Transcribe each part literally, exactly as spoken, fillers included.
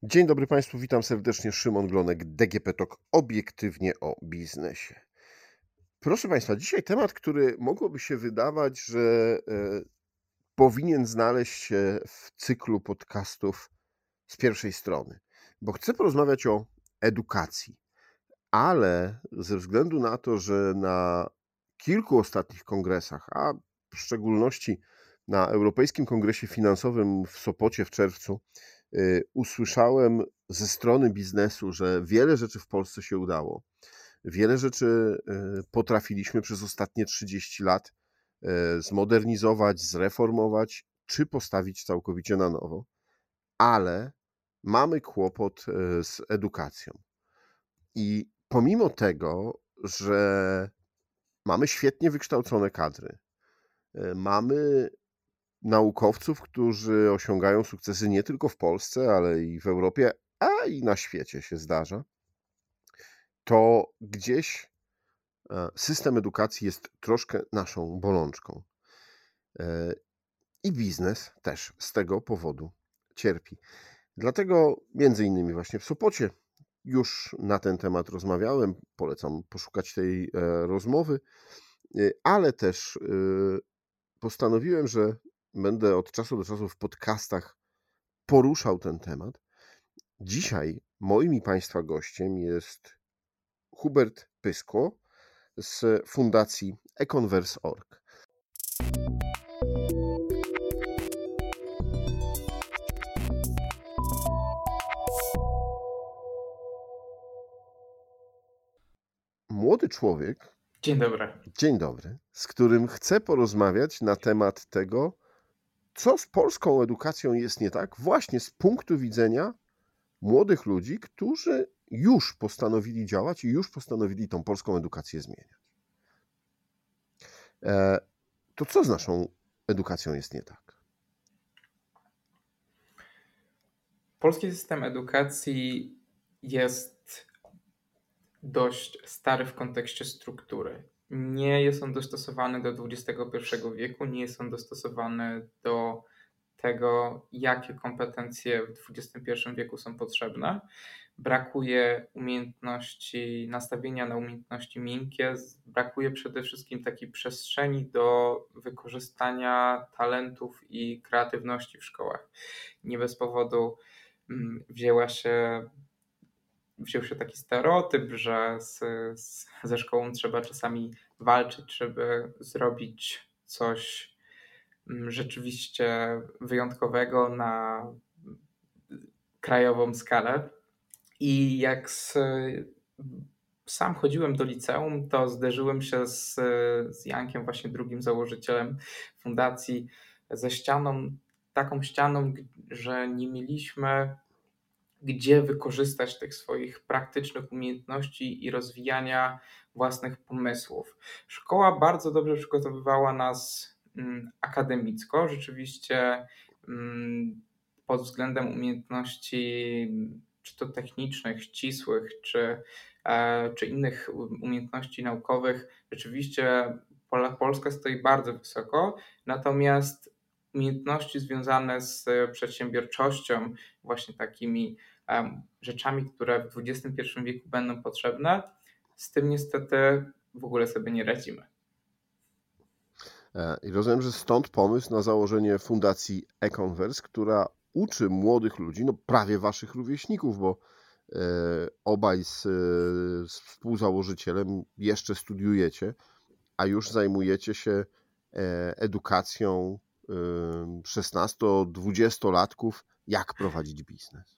Dzień dobry Państwu, witam serdecznie. Szymon Glonek, D G P Talk, obiektywnie o biznesie. Proszę Państwa, dzisiaj temat, który mogłoby się wydawać, że e, powinien znaleźć się w cyklu podcastów z pierwszej strony, bo chcę porozmawiać o edukacji, ale ze względu na to, że na kilku ostatnich kongresach, a w szczególności na Europejskim Kongresie Finansowym w Sopocie w czerwcu, y, usłyszałem ze strony biznesu, że wiele rzeczy w Polsce się udało. Wiele rzeczy y, potrafiliśmy przez ostatnie trzydzieści lat y, zmodernizować, zreformować czy postawić całkowicie na nowo, ale mamy kłopot y, z edukacją. I pomimo tego, że mamy świetnie wykształcone kadry, y, mamy naukowców, którzy osiągają sukcesy nie tylko w Polsce, ale i w Europie, a i na świecie się zdarza, to gdzieś e, system edukacji jest troszkę naszą bolączką. E, I biznes też z tego powodu cierpi. Dlatego między innymi właśnie w Sopocie już na ten temat rozmawiałem. Polecam poszukać tej e, rozmowy, e, ale też e, postanowiłem, że będę od czasu do czasu w podcastach poruszał ten temat. Dzisiaj moim i Państwa gościem jest Hubert Pyskło z fundacji econverse kropka org. Młody człowiek, Dzień dobry. dzień dobry, z którym chcę porozmawiać na temat tego, co z polską edukacją jest nie tak, właśnie z punktu widzenia młodych ludzi, którzy już postanowili działać i już postanowili tą polską edukację zmieniać. E, To co z naszą edukacją jest nie tak? Polski system edukacji jest dość stary w kontekście struktury. Nie jest on dostosowany do dwudziestego pierwszego wieku, nie jest on dostosowany do tego, jakie kompetencje w dwudziestym pierwszym wieku są potrzebne. Brakuje umiejętności, nastawienia na umiejętności miękkie, brakuje przede wszystkim takiej przestrzeni do wykorzystania talentów i kreatywności w szkołach. Nie bez powodu mm, wzięła się wziął się taki stereotyp, że z, z, ze szkołą trzeba czasami walczyć, żeby zrobić coś mm, rzeczywiście wyjątkowego na krajową skalę. I jak z, sam chodziłem do liceum, to zderzyłem się z, z Jankiem, właśnie drugim założycielem fundacji, ze ścianą, taką ścianą, że nie mieliśmy gdzie wykorzystać tych swoich praktycznych umiejętności i rozwijania własnych pomysłów. Szkoła bardzo dobrze przygotowywała nas mm, akademicko, rzeczywiście mm, pod względem umiejętności czy to technicznych, ścisłych, czy, e, czy innych umiejętności naukowych, rzeczywiście Pola- Polska stoi bardzo wysoko, natomiast umiejętności związane z przedsiębiorczością, właśnie takimi em, rzeczami, które w dwudziestym pierwszym wieku będą potrzebne, z tym niestety w ogóle sobie nie radzimy. E, I rozumiem, że stąd pomysł na założenie fundacji econverse, która uczy młodych ludzi, no prawie waszych rówieśników, bo e, obaj z, z współzałożycielem jeszcze studiujecie, a już zajmujecie się e, edukacją szesnasto-dwudziestolatków, jak prowadzić biznes.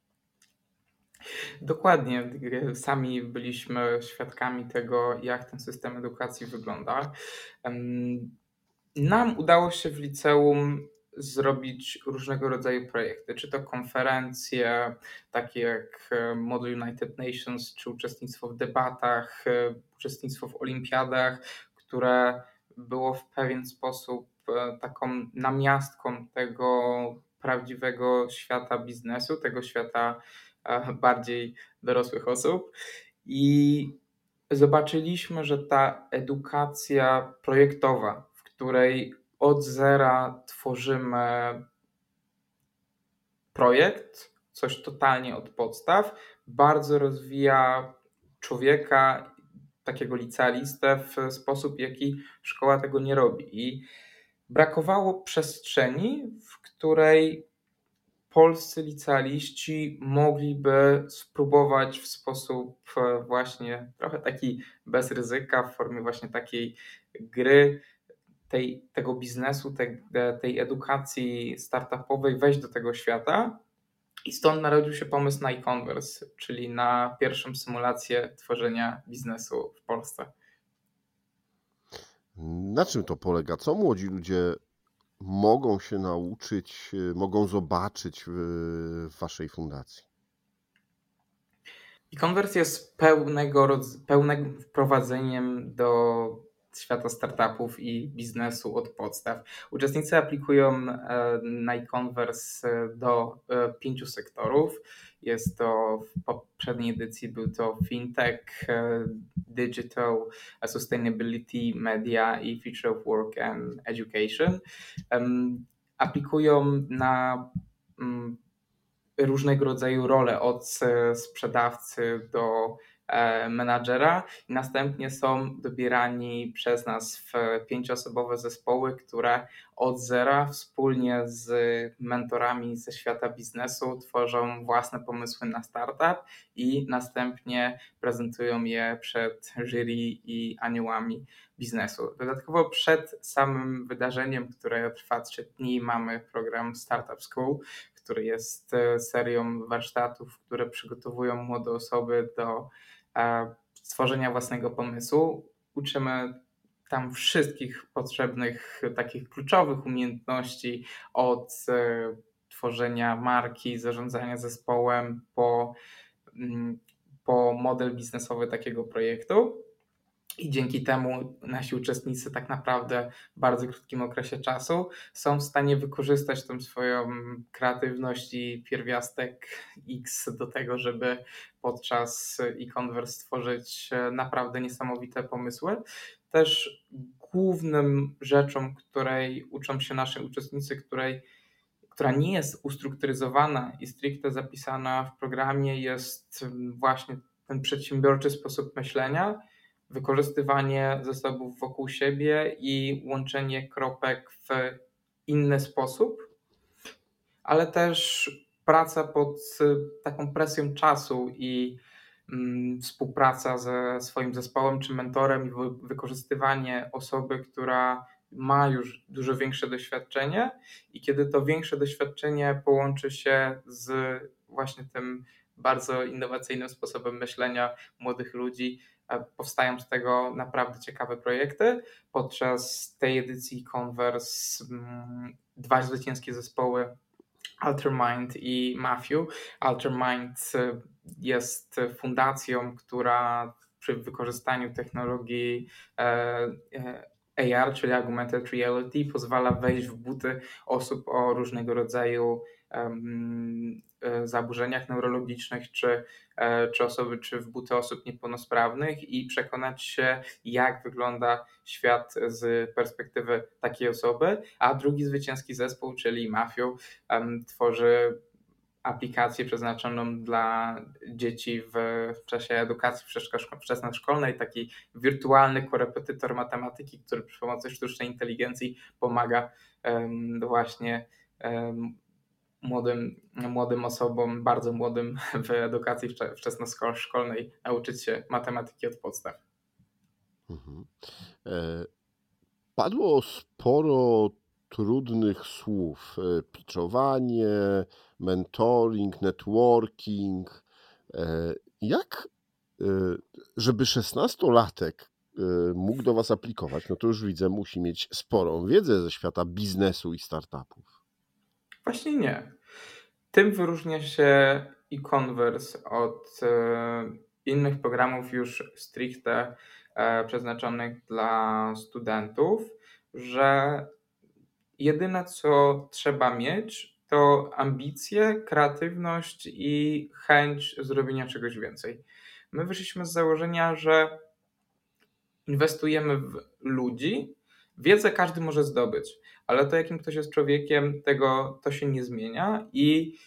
Dokładnie, sami byliśmy świadkami tego, jak ten system edukacji wygląda. Em, Nam udało się w liceum zrobić różnego rodzaju projekty, czy to konferencje, takie jak e, Model United Nations, czy uczestnictwo w debatach, e, uczestnictwo w olimpiadach, które było w pewien sposób e, taką namiastką tego prawdziwego świata biznesu, tego świata e, bardziej dorosłych osób. I zobaczyliśmy, że ta edukacja projektowa, w której od zera tworzymy projekt, coś totalnie od podstaw, bardzo rozwija człowieka, takiego licealistę w sposób, jaki szkoła tego nie robi. I brakowało przestrzeni, w której polscy licealiści mogliby spróbować w sposób e, właśnie trochę taki bez ryzyka, w formie właśnie takiej gry, tej, tego biznesu, tej, tej edukacji startupowej wejść do tego świata. I stąd narodził się pomysł na e-Converse, czyli na pierwszą symulację tworzenia biznesu w Polsce. Na czym to polega? Co młodzi ludzie mogą się nauczyć, mogą zobaczyć w, w waszej fundacji? E-Converse jest pełnego, rodz- pełnym wprowadzeniem do świata startupów i biznesu od podstaw. Uczestnicy aplikują e, na e-Converse do e, pięciu sektorów. Jest to w poprzedniej edycji był to fintech, e, digital, e, sustainability, media i future of work and education. Em, Aplikują na mm, różnego rodzaju role, od e, sprzedawcy do e, menadżera i następnie są dobierani przez nas w pięcioosobowe zespoły, które od zera wspólnie z mentorami ze świata biznesu tworzą własne pomysły na startup i następnie prezentują je przed jury i aniołami biznesu. Dodatkowo przed samym wydarzeniem, które trwa trzy dni, mamy program Startup School, który jest serią warsztatów, które przygotowują młode osoby do stworzenia własnego pomysłu. Uczymy tam wszystkich potrzebnych, takich kluczowych umiejętności, od tworzenia marki, zarządzania zespołem, po, po model biznesowy takiego projektu. I dzięki temu nasi uczestnicy tak naprawdę w bardzo krótkim okresie czasu są w stanie wykorzystać tą swoją kreatywność i pierwiastek X do tego, żeby podczas e-Converse stworzyć naprawdę niesamowite pomysły. Też głównym rzeczą, której uczą się nasi uczestnicy, której, która nie jest ustrukturyzowana i stricte zapisana w programie, jest właśnie ten przedsiębiorczy sposób myślenia, wykorzystywanie zasobów wokół siebie i łączenie kropek w inny sposób, ale też praca pod taką presją czasu i mm, współpraca ze swoim zespołem czy mentorem i wy- wykorzystywanie osoby, która ma już dużo większe doświadczenie i kiedy to większe doświadczenie połączy się z właśnie tym bardzo innowacyjnym sposobem myślenia młodych ludzi, powstają z tego naprawdę ciekawe projekty. Podczas tej edycji Converse mm, dwa zwycięskie zespoły, Altermind i Matthew. Altermind jest fundacją, która przy wykorzystaniu technologii A R, czyli Augmented Reality, pozwala wejść w buty osób o różnego rodzaju um, zaburzeniach neurologicznych, czy, czy osoby, czy w buty osób niepełnosprawnych i przekonać się, jak wygląda świat z perspektywy takiej osoby. A drugi zwycięski zespół, czyli Matthew, um, tworzy aplikację przeznaczoną dla dzieci w czasie edukacji wczesnoszkolnej, taki wirtualny korepetytor matematyki, który przy pomocy sztucznej inteligencji pomaga um, właśnie um, młodym, młodym osobom, bardzo młodym w edukacji wczesnoszkolnej nauczyć się matematyki od podstaw. Mhm. E, Padło sporo trudnych słów. E, Pitchowanie, mentoring, networking. E, Jak, e, żeby szesnastolatek e, mógł do was aplikować, no to już widzę, musi mieć sporą wiedzę ze świata biznesu i startupów. Właśnie nie. Tym wyróżnia się e-Converse od innych programów już stricte przeznaczonych dla studentów, że jedyne co trzeba mieć to ambicje, kreatywność i chęć zrobienia czegoś więcej. My wyszliśmy z założenia, że inwestujemy w ludzi, wiedzę każdy może zdobyć, ale to jakim ktoś jest człowiekiem, tego to się nie zmienia i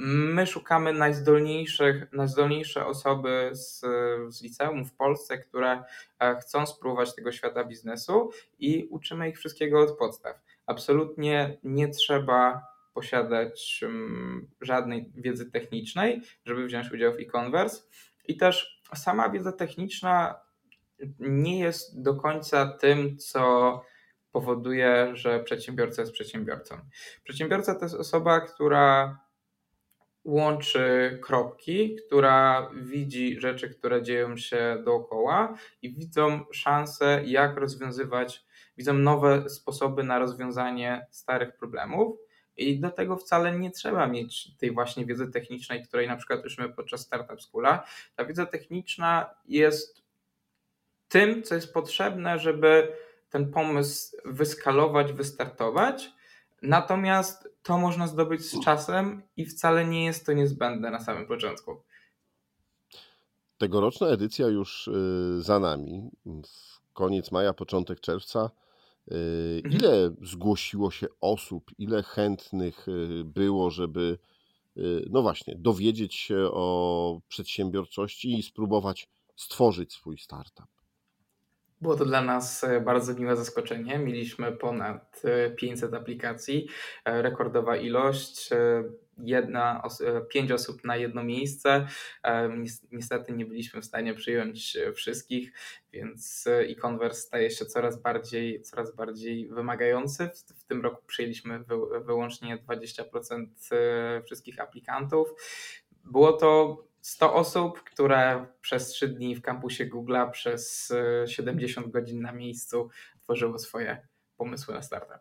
My szukamy najzdolniejszych, najzdolniejsze osoby z, z liceum w Polsce, które e, chcą spróbować tego świata biznesu i uczymy ich wszystkiego od podstaw. Absolutnie nie trzeba posiadać um, żadnej wiedzy technicznej, żeby wziąć udział w e-commerce i też sama wiedza techniczna nie jest do końca tym, co powoduje, że przedsiębiorca jest przedsiębiorcą. Przedsiębiorca to jest osoba, która łączy kropki, która widzi rzeczy, które dzieją się dookoła i widzą szanse, jak rozwiązywać, widzą nowe sposoby na rozwiązanie starych problemów. I do tego wcale nie trzeba mieć tej właśnie wiedzy technicznej, której na przykład uczymy podczas Startup Schoola. Ta wiedza techniczna jest tym, co jest potrzebne, żeby ten pomysł wyskalować, wystartować. Natomiast to można zdobyć z czasem i wcale nie jest to niezbędne na samym początku. Tegoroczna edycja już y, za nami. W koniec maja, początek czerwca. Y, Mhm. Ile zgłosiło się osób, ile chętnych y, było, żeby y, no właśnie, dowiedzieć się o przedsiębiorczości i spróbować stworzyć swój startup? Było to dla nas e, bardzo miłe zaskoczenie. Mieliśmy ponad e, pięćset aplikacji, e, rekordowa ilość, e, jedna, os- e, pięć osób na jedno miejsce. E, nies- Niestety nie byliśmy w stanie przyjąć e, wszystkich, więc e, e-commerce staje się coraz bardziej, coraz bardziej wymagający. W, w tym roku przyjęliśmy wy, wyłącznie dwadzieścia procent e, wszystkich aplikantów. Było to sto osób, które przez trzy dni w kampusie Google'a przez e, siedemdziesiąt godzin na miejscu tworzyło swoje pomysły na startup.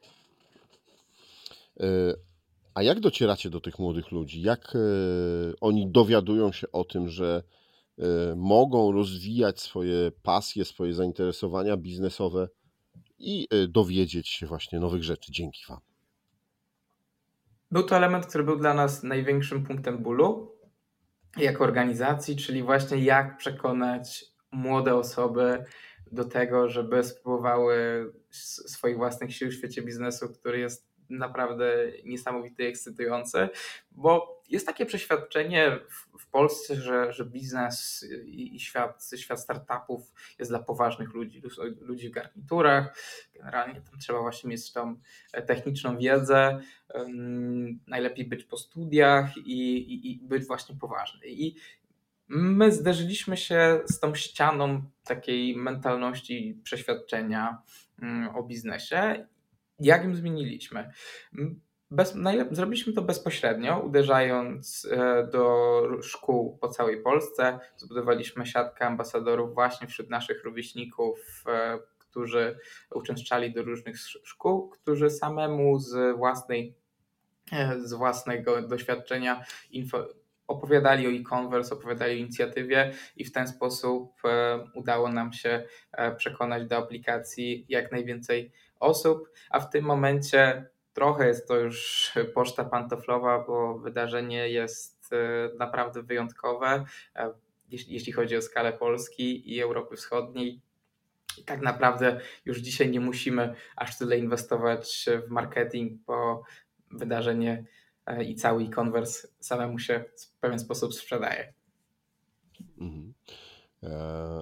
Y, A jak docieracie do tych młodych ludzi? Jak y, oni dowiadują się o tym, że y, mogą rozwijać swoje pasje, swoje zainteresowania biznesowe i y, dowiedzieć się właśnie nowych rzeczy dzięki Wam? Był to element, który był dla nas największym punktem bólu jako organizacji, czyli właśnie jak przekonać młode osoby do tego, żeby spróbowały s- swoich własnych sił w świecie biznesu, który jest naprawdę niesamowity i ekscytujący, bo jest takie przeświadczenie w, w Polsce, że, że biznes i, i świat, świat startupów jest dla poważnych ludzi, ludzi w garniturach. Generalnie tam trzeba właśnie mieć tą techniczną wiedzę, um, najlepiej być po studiach i, i, i być właśnie poważny. I my zderzyliśmy się z tą ścianą takiej mentalności, przeświadczenia mm, o biznesie. Jak ją zmieniliśmy? Mm, Bez, najlep- zrobiliśmy to bezpośrednio, uderzając e, do szkół po całej Polsce. Zbudowaliśmy siatkę ambasadorów właśnie wśród naszych rówieśników, e, którzy uczęszczali do różnych sz- szkół, którzy samemu z własnej e, z własnego doświadczenia info, opowiadali o e-commerce, opowiadali o inicjatywie i w ten sposób e, udało nam się e, przekonać do aplikacji jak najwięcej osób, a w tym momencie trochę jest to już poczta pantoflowa, bo wydarzenie jest e, naprawdę wyjątkowe, e, jeśli, jeśli chodzi o skalę Polski i Europy Wschodniej. I tak naprawdę już dzisiaj nie musimy aż tyle inwestować w marketing, bo wydarzenie e, i cały e-commerce samemu się w pewien sposób sprzedaje. Mhm. E,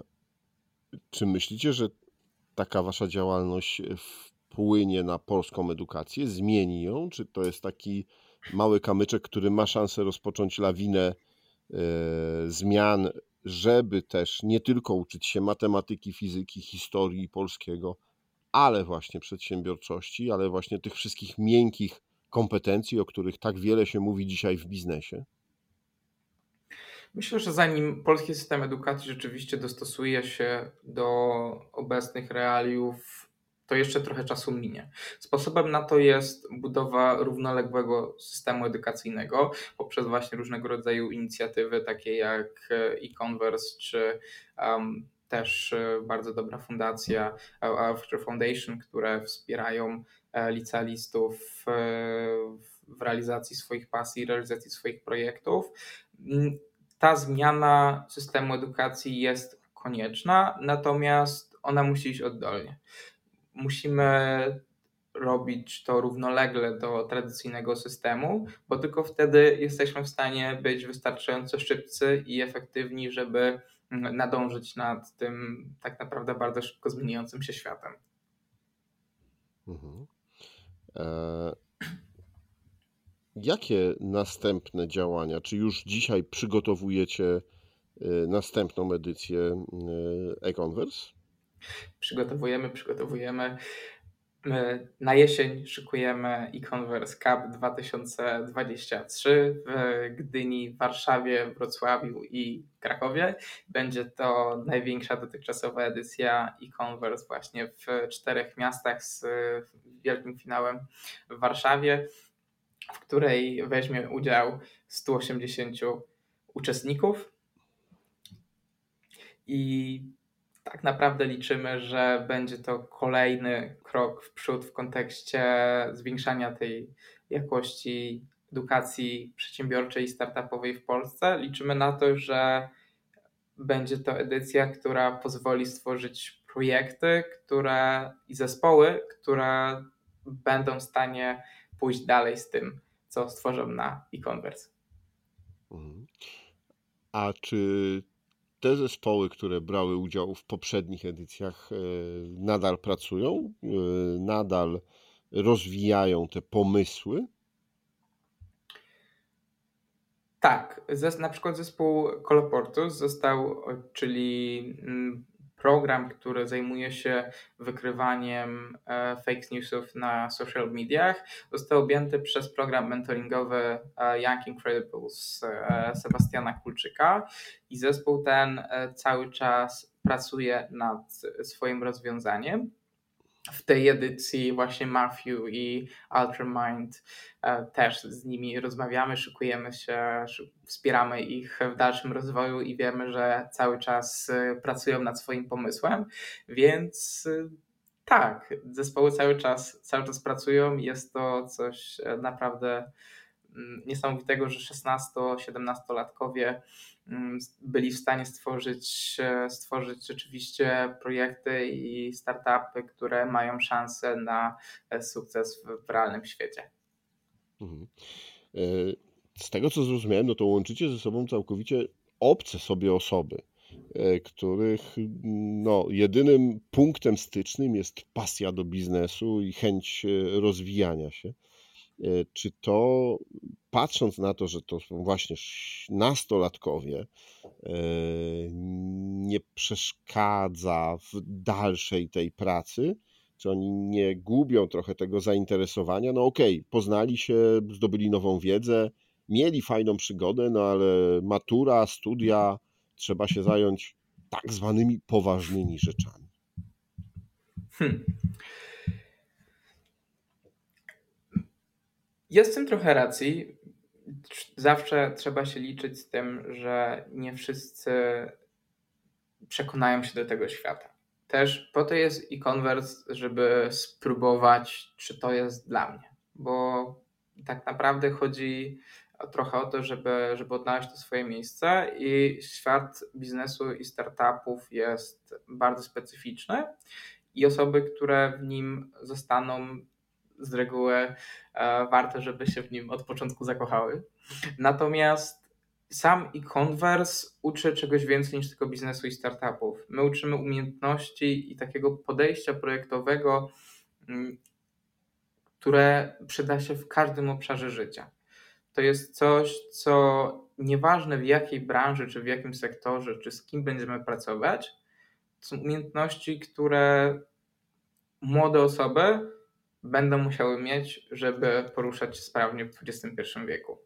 Czy myślicie, że taka wasza działalność wpłynie na polską edukację, zmieni ją? Czy to jest taki mały kamyczek, który ma szansę rozpocząć lawinę e, zmian, żeby też nie tylko uczyć się matematyki, fizyki, historii i polskiego, ale właśnie przedsiębiorczości, ale właśnie tych wszystkich miękkich kompetencji, o których tak wiele się mówi dzisiaj w biznesie? Myślę, że zanim polski system edukacji rzeczywiście dostosuje się do obecnych realiów, to jeszcze trochę czasu minie. Sposobem na to jest budowa równoległego systemu edukacyjnego poprzez właśnie różnego rodzaju inicjatywy, takie jak e-Converse czy um, też e, bardzo dobra fundacja Our Future Foundation, które wspierają e, licealistów e, w realizacji swoich pasji, realizacji swoich projektów. Ta zmiana systemu edukacji jest konieczna, natomiast ona musi iść oddolnie. Musimy robić to równolegle do tradycyjnego systemu, bo tylko wtedy jesteśmy w stanie być wystarczająco szybcy i efektywni, żeby mm, nadążyć nad tym tak naprawdę bardzo szybko zmieniającym się światem. Mhm. E, jakie następne działania? Czy już dzisiaj przygotowujecie e, następną edycję e, e-Converse? Przygotowujemy, przygotowujemy. My na jesień szykujemy e-Converse Cup dwa tysiące dwudziesty trzeci w Gdyni, Warszawie, Wrocławiu i Krakowie. Będzie to największa dotychczasowa edycja e-Converse właśnie w czterech miastach z wielkim finałem w Warszawie, w której weźmie udział sto osiemdziesiąt uczestników. I tak naprawdę liczymy, że będzie to kolejny krok w przód w kontekście zwiększania tej jakości edukacji przedsiębiorczej i startupowej w Polsce. Liczymy na to, że będzie to edycja, która pozwoli stworzyć projekty, które i zespoły, które będą w stanie pójść dalej z tym, co stworzą na e-Converse. Mhm. A czy te zespoły, które brały udział w poprzednich edycjach, e, nadal pracują, e, nadal rozwijają te pomysły? Tak, zes- na przykład zespół Coloportus został, czyli mm, program, który zajmuje się wykrywaniem e, fake newsów na social mediach, został objęty przez program mentoringowy e, Young Incredibles e, Sebastiana Kulczyka i zespół ten e, cały czas pracuje nad swoim rozwiązaniem. W tej edycji właśnie Matthew i Ultramind e, też z nimi rozmawiamy, szykujemy się, szy- wspieramy ich w dalszym rozwoju i wiemy, że cały czas e, pracują nad swoim pomysłem, więc e, tak, zespoły cały czas, cały czas pracują. Jest to coś e, naprawdę mm, niesamowitego, że szesnasto-siedemnastolatkowie mm, byli w stanie stworzyć, e, stworzyć rzeczywiście projekty i startupy, które mają szansę na e, sukces w, w realnym świecie. Mhm. E, Z tego co zrozumiałem, no to łączycie ze sobą całkowicie obce sobie osoby, e, których no, jedynym punktem stycznym jest pasja do biznesu i chęć e, rozwijania się. E, Czy to, patrząc na to, że to są właśnie sz- nastolatkowie, e, nie przeszkadza w dalszej tej pracy? Czy oni nie gubią trochę tego zainteresowania? No okej, poznali się, zdobyli nową wiedzę, mieli fajną przygodę, no ale matura, studia, trzeba się zająć tak zwanymi poważnymi rzeczami. Hmm. Jest w tym trochę racji. Zawsze trzeba się liczyć z tym, że nie wszyscy przekonają się do tego świata. Też po to jest e-Converse, żeby spróbować, czy to jest dla mnie, bo tak naprawdę chodzi trochę o to, żeby, żeby odnaleźć to swoje miejsce i świat biznesu i startupów jest bardzo specyficzny i osoby, które w nim zostaną, z reguły e, warto, żeby się w nim od początku zakochały. Natomiast sam e-Converse uczy czegoś więcej niż tylko biznesu i startupów. My uczymy umiejętności i takiego podejścia projektowego, mm, które przyda się w każdym obszarze życia. To jest coś, co nieważne w jakiej branży, czy w jakim sektorze, czy z kim będziemy pracować, to są umiejętności, które młode osoby będą musiały mieć, żeby poruszać się sprawnie w dwudziestym pierwszym wieku.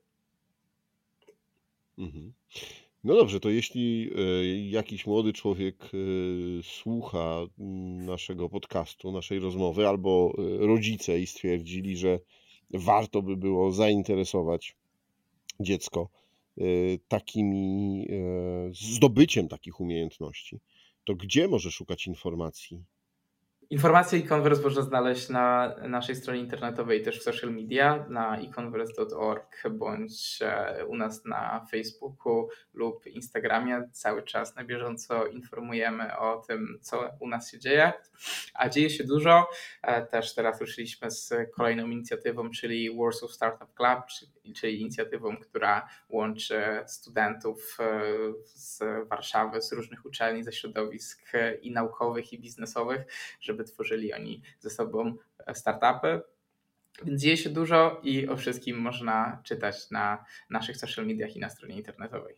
Mhm. No dobrze, to jeśli e, jakiś młody człowiek e, słucha mm, naszego podcastu, naszej rozmowy, albo e, rodzice i stwierdzili, że warto by było zainteresować dziecko e, takimi e, zdobyciem takich umiejętności, to gdzie może szukać informacji? Informacje e-Converse można znaleźć na naszej stronie internetowej, też w social media, na e converse kropka org bądź e, u nas na Facebooku lub Instagramie. Cały czas na bieżąco informujemy o tym, co u nas się dzieje, a dzieje się dużo. E, Też teraz ruszyliśmy z kolejną inicjatywą, czyli Warsaw Startup Club, czyli, czyli inicjatywą, która łączy studentów e, z Warszawy, z różnych uczelni, ze środowisk e, i naukowych, i biznesowych, żeby tworzyli oni ze sobą startupy. Więc dzieje się dużo i o wszystkim można czytać na naszych social mediach i na stronie internetowej.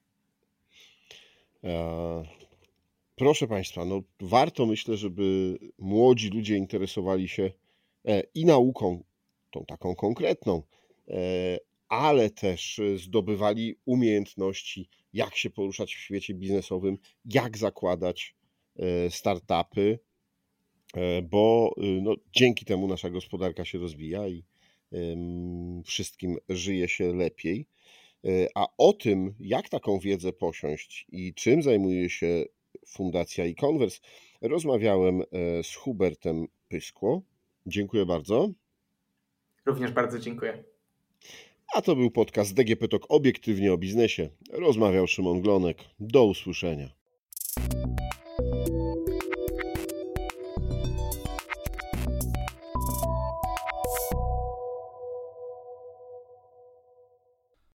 E, Proszę Państwa, no warto, myślę, żeby młodzi ludzie interesowali się e, i nauką, tą taką konkretną, e, ale też zdobywali umiejętności, jak się poruszać w świecie biznesowym, jak zakładać e, startupy, e, bo y, no, dzięki temu nasza gospodarka się rozwija i ym, wszystkim żyje się lepiej. E, A o tym, jak taką wiedzę posiąść i czym zajmuje się Fundacja e-Converse, rozmawiałem e, z Hubertem Pyskło. Dziękuję bardzo. Również bardzo dziękuję. A to był podcast D G P Talk obiektywnie o biznesie. Rozmawiał Szymon Glonek. Do usłyszenia.